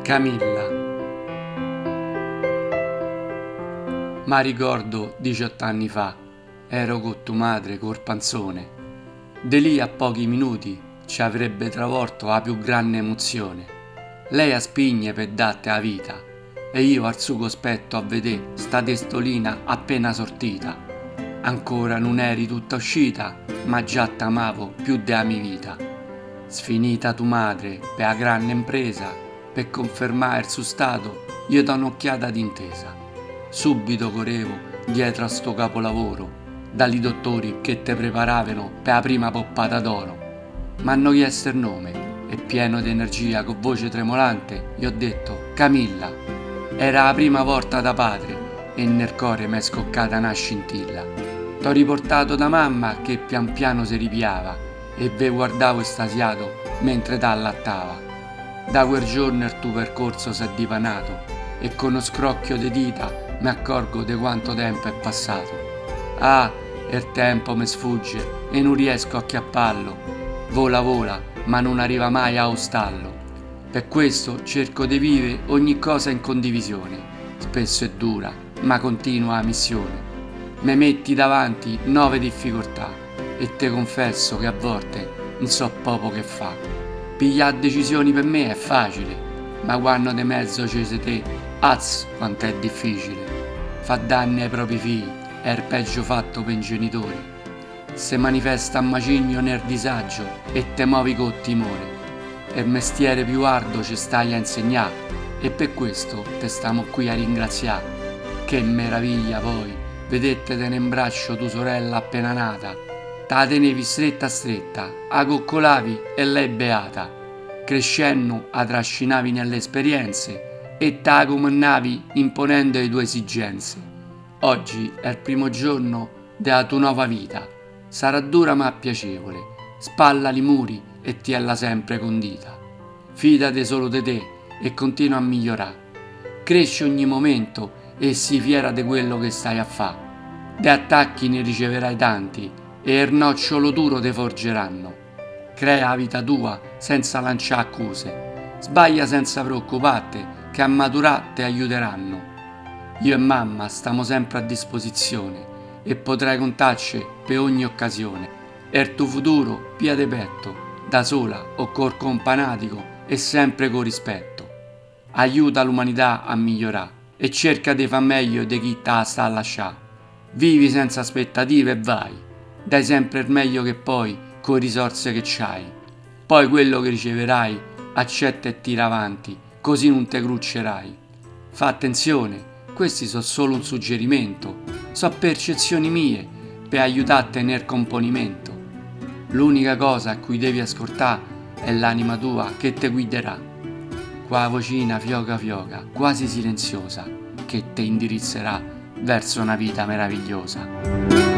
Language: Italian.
Camilla. Ma ricordo 18 anni fa, ero con tua madre col panzone. De lì a pochi minuti ci avrebbe travolto la più grande emozione. Lei a spigne per datte a vita e io al suo cospetto a vedè sta testolina appena sortita. Ancora non eri tutta uscita, ma già t'amavo più della mia vita. Sfinita tua madre per la grande impresa, per confermare il suo stato, io do un'occhiata d'intesa. Subito correvo dietro a sto capolavoro, dagli dottori che te preparavano per la prima poppata d'oro. M'hanno chiesto il nome e pieno di energia, con voce tremolante, gli ho detto Camilla. Era la prima volta da padre e nel cuore m'è scoccata una scintilla. T'ho riportato da mamma che pian piano si ripiava e ve guardavo estasiato mentre t'allattava. Da quel giorno il tuo percorso s'è dipanato e con uno scrocchio di dita mi accorgo di quanto tempo è passato. Ah, il tempo mi sfugge e non riesco a acchiapparlo. Vola vola, ma non arriva mai a stallo. Per questo cerco di vivere ogni cosa in condivisione. Spesso è dura, ma continua la missione. Mi metti davanti 9 difficoltà e te confesso che a volte non so poco che fa. Pigliare decisioni per me è facile, ma quando di mezzo ci sei te, quanto è difficile. Fa danni ai propri figli è il peggio fatto per i genitori. Se manifesta a macigno nel disagio e te muovi con timore. Il mestiere più arduo ci stai a insegnare e per questo te stiamo qui a ringraziare. Che meraviglia poi, vedettene in braccio tua sorella appena nata. Ta tenevi stretta stretta, a coccolavi e lei beata. Crescendo a trascinavi nelle esperienze e ta comandavi imponendo le tue esigenze. Oggi è il primo giorno della tua nuova vita. Sarà dura ma piacevole. Spalla i muri e tiella sempre condita. Fidate solo di te e continua a migliorare. Cresci ogni momento e sii fiera di quello che stai a fare. De attacchi ne riceverai tanti e il nocciolo duro te forgeranno. Crea la vita tua senza lanciare accuse. Sbaglia senza preoccuparti che a maturare ti aiuteranno. Io e mamma stiamo sempre a disposizione e potrai contarci per ogni occasione. E il tuo futuro pia de petto, da sola o col companatico e sempre con rispetto. Aiuta l'umanità a migliorare e cerca di far meglio di chi te la sta a lasciare. Vivi senza aspettative e vai. Dai sempre il meglio che puoi con risorse che c'hai. Poi quello che riceverai accetta e tira avanti, così non te cruccerai. Fa attenzione, questi sono solo un suggerimento, so percezioni mie per aiutarti nel componimento. L'unica cosa a cui devi ascoltare è l'anima tua che te guiderà. Qua vocina fioca fioca, quasi silenziosa, che te indirizzerà verso una vita meravigliosa.